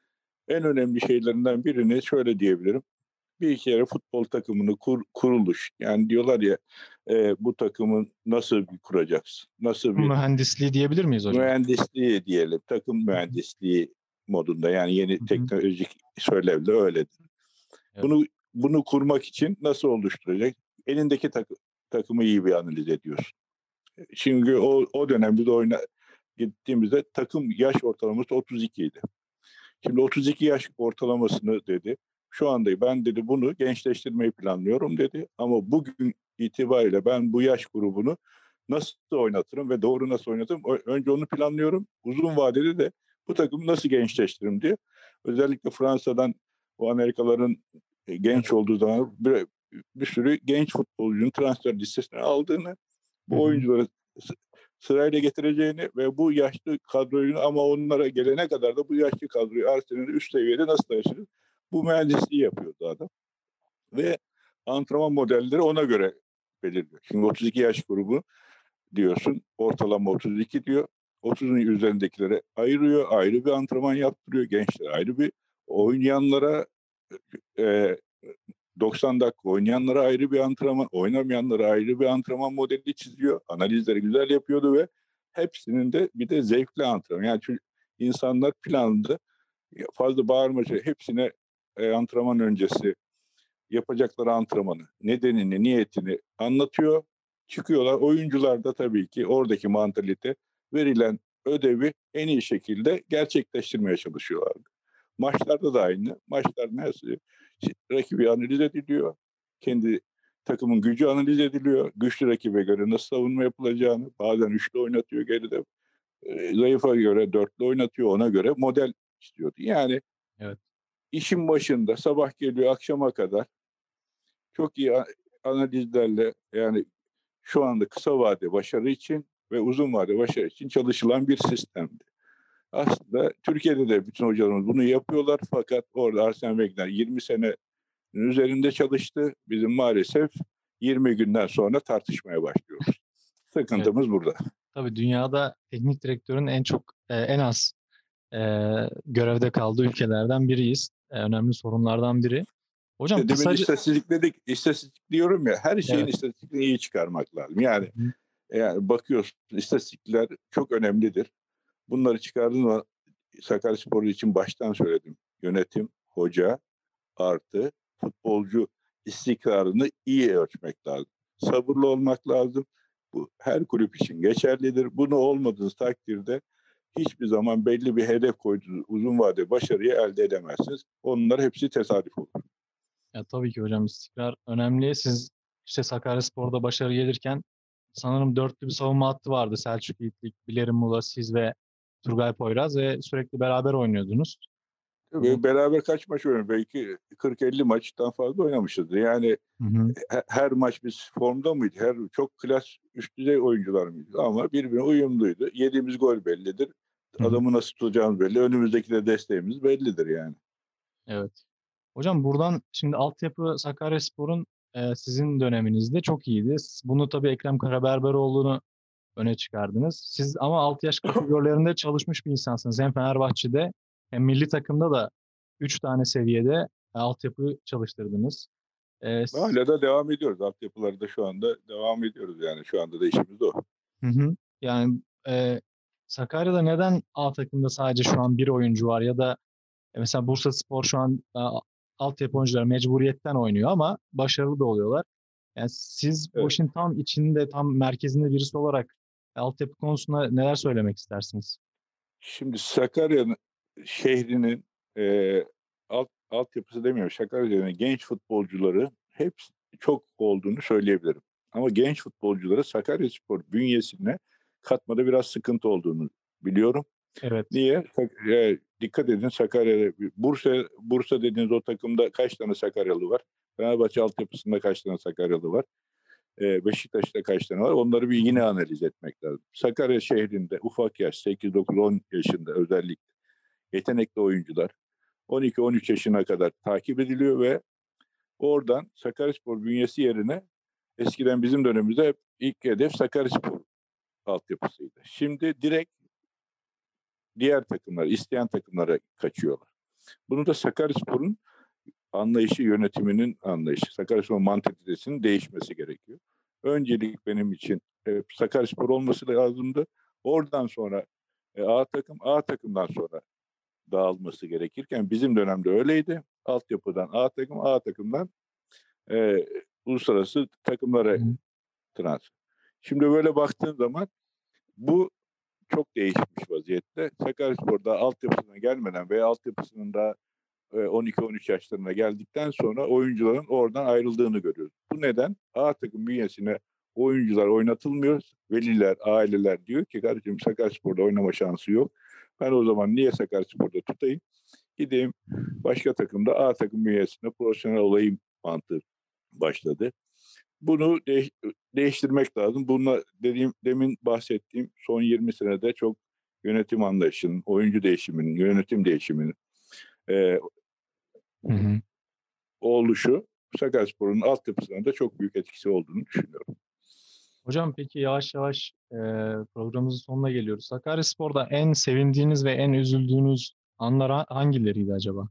S2: En önemli şeylerinden birini şöyle diyebilirim. Bir kere futbol takımını kuruluş. Yani diyorlar ya bu takımın nasıl bir kuracaksın? Nasıl bir
S1: Mühendisliği diyebilir miyiz hocam?
S2: mühendisliği diyelim. Takım
S1: Hı hı.
S2: mühendisliği modunda. Yani yeni
S1: Hı hı.
S2: teknolojik söylevle öyledir.
S1: Evet.
S2: Bunu kurmak için nasıl oluşturacak? Elindeki takımı iyi bir analiz ediyorsun. Çünkü o dönemde de gittiğimizde takım yaş ortalaması 32 idi. Şimdi 32 yaş ortalamasını dedi. Şu anda ben dedi bunu gençleştirmeyi planlıyorum dedi. Ama bugün itibariyle ben bu yaş grubunu nasıl oynatırım ve doğru nasıl oynatırım? Önce onu planlıyorum. Uzun vadede de bu takımı nasıl gençleştiririm diye. Özellikle Fransa'dan o Amerikalıların genç
S1: Evet.
S2: olduğu zaman bir sürü genç futbolcunun transfer listesine aldığını,
S1: Hı
S2: bu
S1: hı.
S2: oyuncuları sırayla getireceğini ve bu yaşlı kadroyu ama onlara gelene kadar da bu yaşlı kadroyu Arsenal'in üst seviyede nasıl taşır? Bu mühendisliği yapıyordu adam. Ve antrenman modelleri ona göre belirliyor. Şimdi 32 yaş grubu diyorsun. Ortalama 32 diyor. 30'un üzerindekilere ayırıyor. Ayrı bir antrenman yaptırıyor. Gençler ayrı bir oynayanlara e, 90 dakika oynayanlara ayrı bir antrenman, oynamayanlara ayrı bir antrenman modeli çiziyor. Analizleri güzel yapıyordu ve hepsinin de bir de zevkli antrenman. Yani çünkü insanlar planında fazla bağırma hepsine antrenman öncesi yapacakları antrenmanı, nedenini, niyetini anlatıyor. Çıkıyorlar. Oyuncular da tabii ki oradaki mantalite verilen ödevi en iyi şekilde gerçekleştirmeye çalışıyorlar. Maçlarda da aynı. Maçlar nasıl? Rakibi analiz ediliyor. Kendi takımın gücü analiz ediliyor. Güçlü rakibe göre nasıl savunma yapılacağını bazen üçlü oynatıyor geride. Zayıfa göre dörtlü oynatıyor. Ona göre model istiyordu. Yani
S1: Evet.
S2: işin başında sabah geliyor akşama kadar çok iyi analizlerle yani şu anda kısa vade başarı için ve uzun vade başarı için çalışılan bir sistemdi. Aslında Türkiye'de de bütün hocalarımız bunu yapıyorlar fakat orada Arsene Wenger 20 senenin üzerinde çalıştı. Bizim maalesef 20 günden sonra tartışmaya başlıyoruz.
S1: Evet.
S2: Sıkıntımız burada.
S1: Tabii dünyada teknik direktörün en az görevde kaldığı ülkelerden biriyiz. Önemli sorunlardan biri. Hocam
S2: İşte demin
S1: kısaca
S2: istatistik diyorum ya her şeyin
S1: evet.
S2: istatistikini iyi çıkarmak lazım.
S1: Hı hı.
S2: Yani bakıyorsun istatistikler çok önemlidir. Bunları çıkardığın zaman Sakaryaspor için baştan söyledim. Yönetim, hoca artı futbolcu istikrarını iyi ölçmek lazım. Sabırlı olmak lazım. Bu her kulüp için geçerlidir. Bunu olmadığınız takdirde hiçbir zaman belli bir hedef koyduğunuz uzun vade başarıyı elde edemezsiniz. Onlar hepsi tesadüf olur.
S1: Ya tabii ki hocam istikrar önemli. Siz işte Sakaryaspor'da başarı gelirken sanırım dörtlü bir savunma hattı vardı. Selçuk Yiğitlik, Bilerim Muğla, siz ve Turgay Poyraz ve sürekli beraber oynuyordunuz. Bu
S2: Ve beraber kaç maç oynadık? Belki 40-50 maçtan fazla oynamışızdır. Yani
S1: hı hı,
S2: her maç biz formda mıydı? Çok klas üst düzey oyuncular mıydı? Ama birbirine uyumluydu. Yediğimiz gol bellidir.
S1: hı hı.
S2: Adamı nasıl tutacağımız belli. Önümüzdeki de desteğimiz bellidir yani.
S1: Evet. Hocam buradan şimdi altyapı Sakaryaspor'un sizin döneminizde çok iyiydi. Bunu tabii Ekrem Karaberberoğlu'nu öne çıkardınız. Siz ama 6 yaş kategorilerinde çalışmış bir insansınız. Hem Fenerbahçe'de hem milli takımda da 3 tane seviyede altyapı çalıştırdınız.
S2: Hala da devam ediyoruz. Altyapıları da şu anda devam ediyoruz yani. Şu anda da işimiz o.
S1: Hı hı. Yani Sakarya'da neden A takımda sadece şu an bir oyuncu var ya da mesela Bursaspor şu an altyapı oyuncuları mecburiyetten oynuyor ama başarılı da oluyorlar. Yani siz bu
S2: Evet.
S1: işin tam içinde, tam merkezinde birisi olarak altyapı konusunda neler söylemek istersiniz?
S2: Şimdi Sakarya şehrinin altyapısı demiyorum. Sakarya'nın genç futbolcuları hepsi çok olduğunu söyleyebilirim. Ama genç futbolcuları Sakaryaspor bünyesine katmada biraz sıkıntı olduğunu biliyorum.
S1: Evet.
S2: Niye? Dikkat edin, Sakarya'da Bursa dediğiniz o takımda kaç tane Sakaryalı var? Fenerbahçe altyapısında kaç tane Sakaryalı var? Beşiktaş'ta kaç tane var? Onları bir
S1: Hı
S2: yine
S1: hı.
S2: analiz etmek lazım. Sakarya şehrinde ufak yaş 8, 9, 10 yaşında özellikle yetenekli oyuncular 12-13 yaşına kadar takip ediliyor ve oradan Sakaryaspor bünyesi yerine eskiden bizim dönemimizde hep ilk hedef Sakaryaspor altyapısıydı. Şimdi direkt diğer takımlar, isteyen takımlara kaçıyorlar. Bunu da Sakaryaspor'un anlayışı, yönetiminin anlayışı, Sakaryaspor mantalitesinin değişmesi gerekiyor. Öncelik benim için Sakaryaspor olması lazımdı. Oradan sonra A takımdan sonra dağılması gerekirken bizim dönemde öyleydi. Altyapıdan A takımdan uluslararası
S1: Hı
S2: takımlara
S1: hı.
S2: transfer. Şimdi böyle baktığın zaman bu çok değişmiş vaziyette. Sakaryaspor'da altyapısına gelmeden veya altyapısının da 12-13 yaşlarına geldikten sonra oyuncuların oradan ayrıldığını görüyoruz. Bu neden? A takım bünyesine oyuncular oynatılmıyor. Veliler, aileler diyor ki kardeşim Sakaryaspor'da oynama şansı yok. Ben o zaman niye Sakaryaspor'da tutayım? Gideyim başka takımda A takım bünyesinde profesyonel olayım mantığı başladı. Bunu değiştirmek lazım. Bununla demin bahsettiğim son 20 senede çok yönetim anlayışının, oyuncu değişiminin, yönetim değişiminin e,
S1: Hı hı.
S2: oluşu Sakaryaspor'un altyapısına da çok büyük etkisi olduğunu düşünüyorum.
S1: Hocam peki yavaş yavaş programımızın sonuna geliyoruz. Sakaryaspor'da en sevindiğiniz ve en üzüldüğünüz anlar hangileriydi acaba?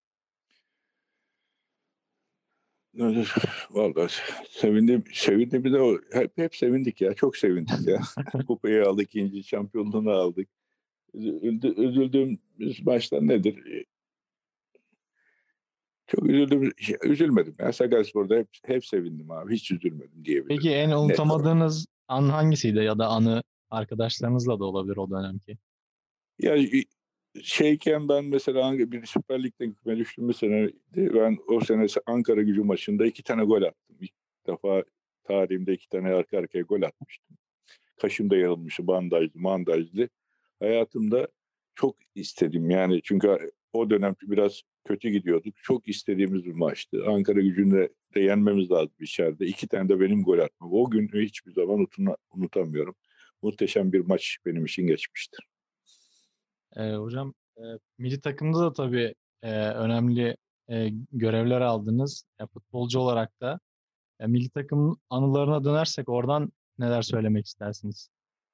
S2: Vallahi sevindim bir de hep sevindik ya, çok sevindik ya. Kupayı aldık, ikinci şampiyonluğunu aldık. Üzüldüğümüz maçlar nedir? Çok üzülmedim. Ya Sakaryaspor'da hep sevindim abi. Hiç üzülmedim diyebilirim
S1: Peki en
S2: yani. Net olarak.
S1: unutamadığınız an hangisiydi ya da anı arkadaşlarınızla da olabilir o dönemki?
S2: Ya şeyken ben mesela bir Süper Lig'de küme düştüğümüz seneydi. Ben o sene Ankara Gücü maçında 2 tane gol attım. İlk defa tarihimde 2 tane arka arkaya gol atmıştım. Kaşım da yarılmıştı, bandajlı. Hayatımda çok istedim yani çünkü o dönem biraz kötü gidiyorduk. Çok istediğimiz bir maçtı. Ankara Gücü'nde de yenmemiz lazım içeride. 2 tane de benim gol atmam. O günü hiçbir zaman unutamıyorum. Muhteşem bir maç benim için geçmiştir.
S1: Hocam milli takımda da tabii önemli görevler aldınız. Futbolcu olarak da. Milli takım anılarına dönersek oradan neler söylemek istersiniz?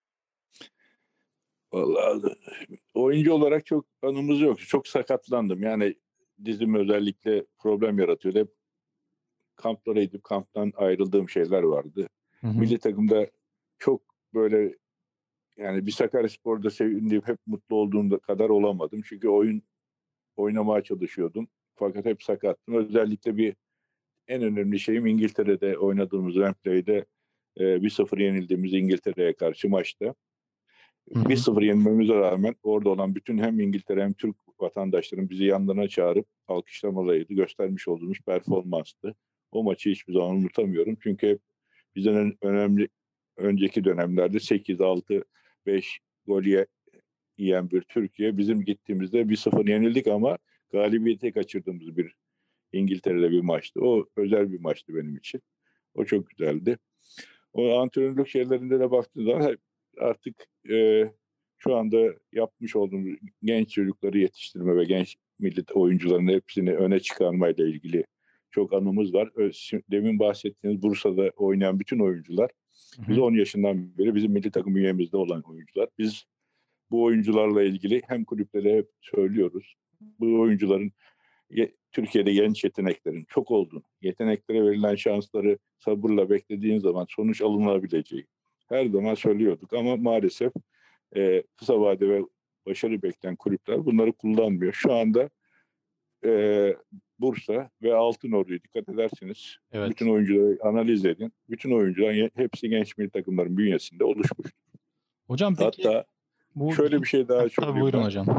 S2: Vallahi oyuncu olarak çok anımız yok. Çok sakatlandım. Yani dizim özellikle problem yaratıyordu. Hep kamplara gidip kamptan ayrıldığım şeyler vardı.
S1: Hı hı.
S2: Milli takımda çok böyle yani bir Sakaryaspor'da sevindiğim, hep mutlu olduğum kadar olamadım. Çünkü oynamaya çalışıyordum. Fakat hep sakattım. Özellikle en önemli şeyim İngiltere'de oynadığımız Wembley'de 1-0 yenildiğimiz İngiltere'ye karşı maçta.
S1: Hı hı.
S2: 1-0 yenmemize rağmen orada olan bütün hem İngiltere hem Türk vatandaşların bizi yanlarına çağırıp alkışlamalarıydı. Göstermiş olduğumuz performanstı. O maçı hiçbir zaman unutamıyorum. Çünkü hep bizden önemli önceki dönemlerde 8-6-5 gol yiyen bir Türkiye. Bizim gittiğimizde 1-0 yenildik ama galibiyeti kaçırdığımız bir İngiltere'de bir maçtı. O özel bir maçtı benim için. O çok güzeldi. O antrenörlük şeylerinde de baktığınız zaman artık şu anda yapmış olduğumuz genç çocukları yetiştirme ve genç milli oyuncuların hepsini öne çıkarmayla ilgili çok anımız var. Demin bahsettiğiniz Bursa'da oynayan bütün oyuncular,
S1: Hı
S2: biz
S1: hı.
S2: 10 yaşından beri bizim milli takım üyemizde olan oyuncular. Biz bu oyuncularla ilgili hem kulüplere hep söylüyoruz. Bu oyuncuların Türkiye'de genç yeteneklerin çok olduğunu, yeteneklere verilen şansları sabırla beklediğin zaman sonuç alınabileceği her zaman söylüyorduk. Ama maalesef kısa vade ve başarı bekleyen kulüpler bunları kullanmıyor. Şu anda Bursa ve Altınordu'yu dikkat ederseniz bütün
S1: Evet.
S2: oyuncuları analiz edin. Bütün oyuncular hepsi genç milli takımların bünyesinde oluşmuş.
S1: Hocam peki
S2: Hatta
S1: bu
S2: şöyle bir şey daha
S1: tabii
S2: söyleyeyim
S1: buyurun
S2: ben.
S1: hocam.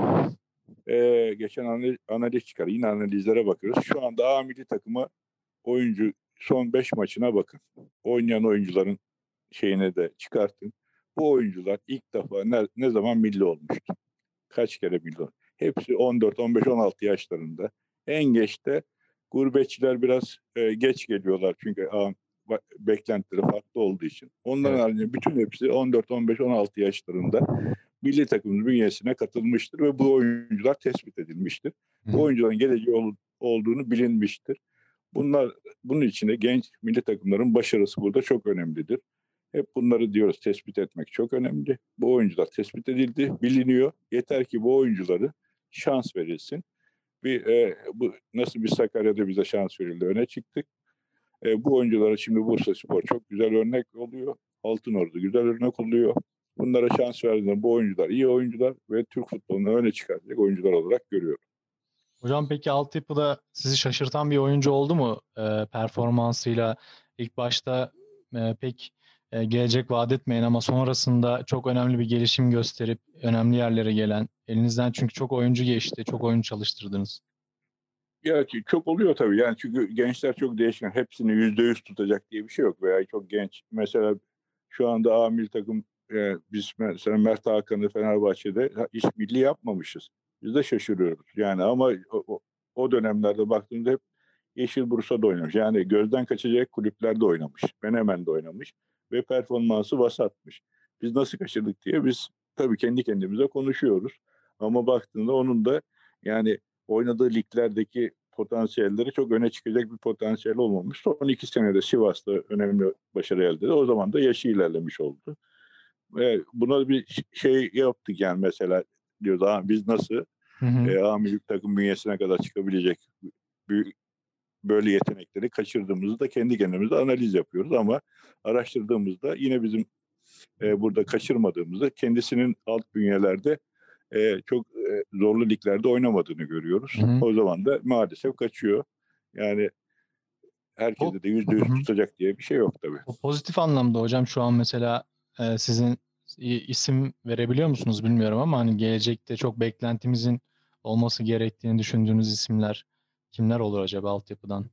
S2: Geçen analiz çıkar. Yine analizlere bakıyoruz. Şu anda A milli takıma oyuncu son 5 maçına bakın. Oynayan oyuncuların şeyine de çıkartın. Bu oyuncular ilk defa ne zaman milli olmuştu? Kaç kere milli oldu? Hepsi 14, 15, 16 yaşlarında. En geç de gurbetçiler biraz geç geliyorlar çünkü beklentileri farklı olduğu için. Onların
S1: Evet.
S2: haricinde bütün hepsi 14, 15, 16 yaşlarında milli takımın bünyesine katılmıştır ve bu oyuncular tespit edilmiştir.
S1: Hı
S2: Bu
S1: hı.
S2: oyuncuların geleceği olduğunu bilinmiştir. Bunun için de genç milli takımların başarısı burada çok önemlidir. Hep bunları diyoruz, tespit etmek çok önemli. Bu oyuncular tespit edildi, biliniyor. Yeter ki bu oyuncuları şans verilsin. Bu nasıl bir Sakarya'da bize şans verildi, öne çıktık. Bu oyunculara şimdi Bursaspor çok güzel örnek oluyor. Altınordu güzel örnek oluyor. Bunlara şans verdiğinde bu oyuncular iyi oyuncular ve Türk futbolunu öne çıkaracak oyuncular olarak görüyorum.
S1: Hocam peki altyapıda sizi şaşırtan bir oyuncu oldu mu performansıyla? İlk başta pek gelecek vaat etmeyen ama sonrasında çok önemli bir gelişim gösterip önemli yerlere gelen, elinizden çünkü çok oyuncu geçti, çok oyuncu çalıştırdınız.
S2: Ya çok oluyor tabii yani çünkü gençler çok değişken. Hepsini %100 tutacak diye bir şey yok veya çok genç. Mesela şu anda A milli takım biz mesela Mert Hakan'ı Fenerbahçe'de hiç milli yapmamışız. Biz de şaşırıyoruz. Yani ama o dönemlerde baktığımda hep Yeşil Bursa'da oynamış. Yani gözden kaçacak kulüplerde oynamış. Menemen'de oynamış ve performansı vasatmış. Biz nasıl kaçırdık diye biz tabii kendi kendimize konuşuyoruz. Ama baktığında onun da yani oynadığı liglerdeki potansiyelleri çok öne çıkacak bir potansiyel olmamış. Son 2 senede Sivas'ta önemli başarı elde etti. O zaman da yaşı ilerlemiş oldu. Ve buna bir şey yaptık yani mesela diyoruz biz nasıl
S1: Hı hı.
S2: A milli takım bünyesine kadar çıkabilecek böyle yetenekleri kaçırdığımızı da kendi kendimize analiz yapıyoruz ama araştırdığımızda yine bizim burada kaçırmadığımızda kendisinin alt bünyelerde çok zorlu liglerde oynamadığını görüyoruz.
S1: Hı hı.
S2: O zaman da maalesef kaçıyor. Yani
S1: O,
S2: herkese de yüzde
S1: hı
S2: yüz
S1: hı.
S2: tutacak diye bir şey yok tabii.
S1: O pozitif anlamda hocam şu an mesela sizin isim verebiliyor musunuz bilmiyorum ama hani gelecekte çok beklentimizin olması gerektiğini düşündüğünüz isimler kimler olur acaba altyapıdan?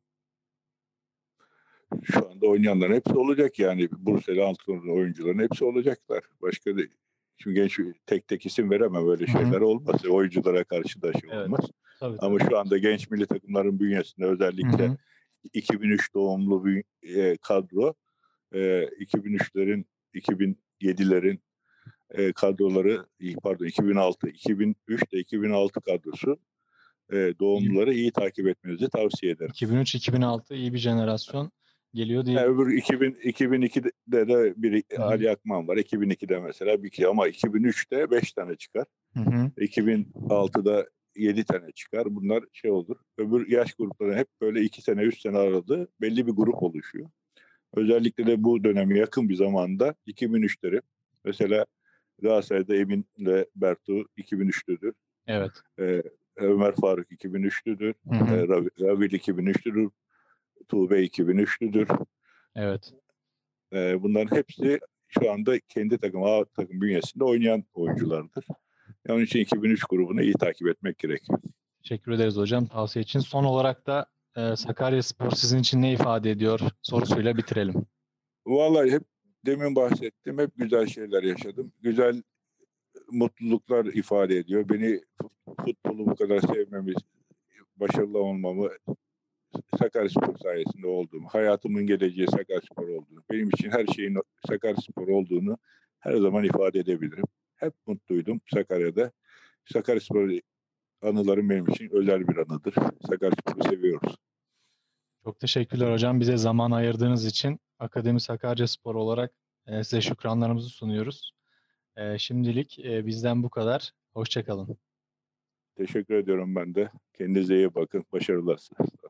S2: Şu anda oynayanların hepsi olacak yani. Bursa'yla Altınordu oyuncuların hepsi olacaklar. Başka da şimdi genç tek tek isim veremem öyle
S1: Hı hı.
S2: şeyler olmaz. Oyunculara karşı da şey
S1: Evet.
S2: olmaz.
S1: Tabii
S2: Ama
S1: tabii.
S2: şu anda genç milli takımların bünyesinde
S1: Hı
S2: özellikle
S1: hı.
S2: 2003 doğumlu bir kadro, 2003'lerin, 2007'lerin kadroları, pardon 2006, 2003 ile 2006 kadrosu
S1: İyi.
S2: doğumluları iyi takip etmenizi tavsiye ederim.
S1: 2003-2006 iyi bir jenerasyon geliyor
S2: Yani
S1: diyebilirim.
S2: öbür 2002'de de bir
S1: Hı hı.
S2: Ali Akman var. 2002'de mesela bir kere ama 2003'te 5 tane çıkar.
S1: Hı hı.
S2: 2006'da 7 tane çıkar. Bunlar şey olur. Öbür yaş grupları hep böyle 2 sene 3 sene aradı. Belli bir grup oluşuyor. Özellikle de bu döneme yakın bir zamanda 2003'leri mesela Galatasaray'da Emin'le Bertu 2003'lüdür.
S1: Evet.
S2: Ömer Faruk 2003'lüdür.
S1: Hı hı.
S2: Ravil 2003'lüdür. Tuğbe 2003'lüdür.
S1: Evet.
S2: Bunların hepsi şu anda kendi takım A takım bünyesinde oynayan oyunculardır. Onun için 2003 grubunu iyi takip etmek gerekiyor.
S1: Teşekkür ederiz hocam tavsiye için. Son olarak da Sakaryaspor sizin için ne ifade ediyor sorusuyla bitirelim.
S2: Vallahi hep demin bahsettim. Hep güzel şeyler yaşadım. Güzel mutluluklar ifade ediyor. Beni futbolu bu kadar sevmemi, başarılı olmamı Sakaryaspor sayesinde olduğumu, hayatımın geleceği Sakaryaspor olduğunu, benim için her şeyin Sakaryaspor olduğunu her zaman ifade edebilirim. Hep mutluydum Sakarya'da. Sakaryaspor anılarım benim için özel bir anıdır. Sakaryaspor'u seviyoruz.
S1: Çok teşekkürler hocam. Bize zaman ayırdığınız için Akademi Sakaryaspor olarak size şükranlarımızı sunuyoruz. Şimdilik bizden bu kadar. Hoşça kalın.
S2: Teşekkür ediyorum ben de. Kendinize iyi bakın. Başarılar.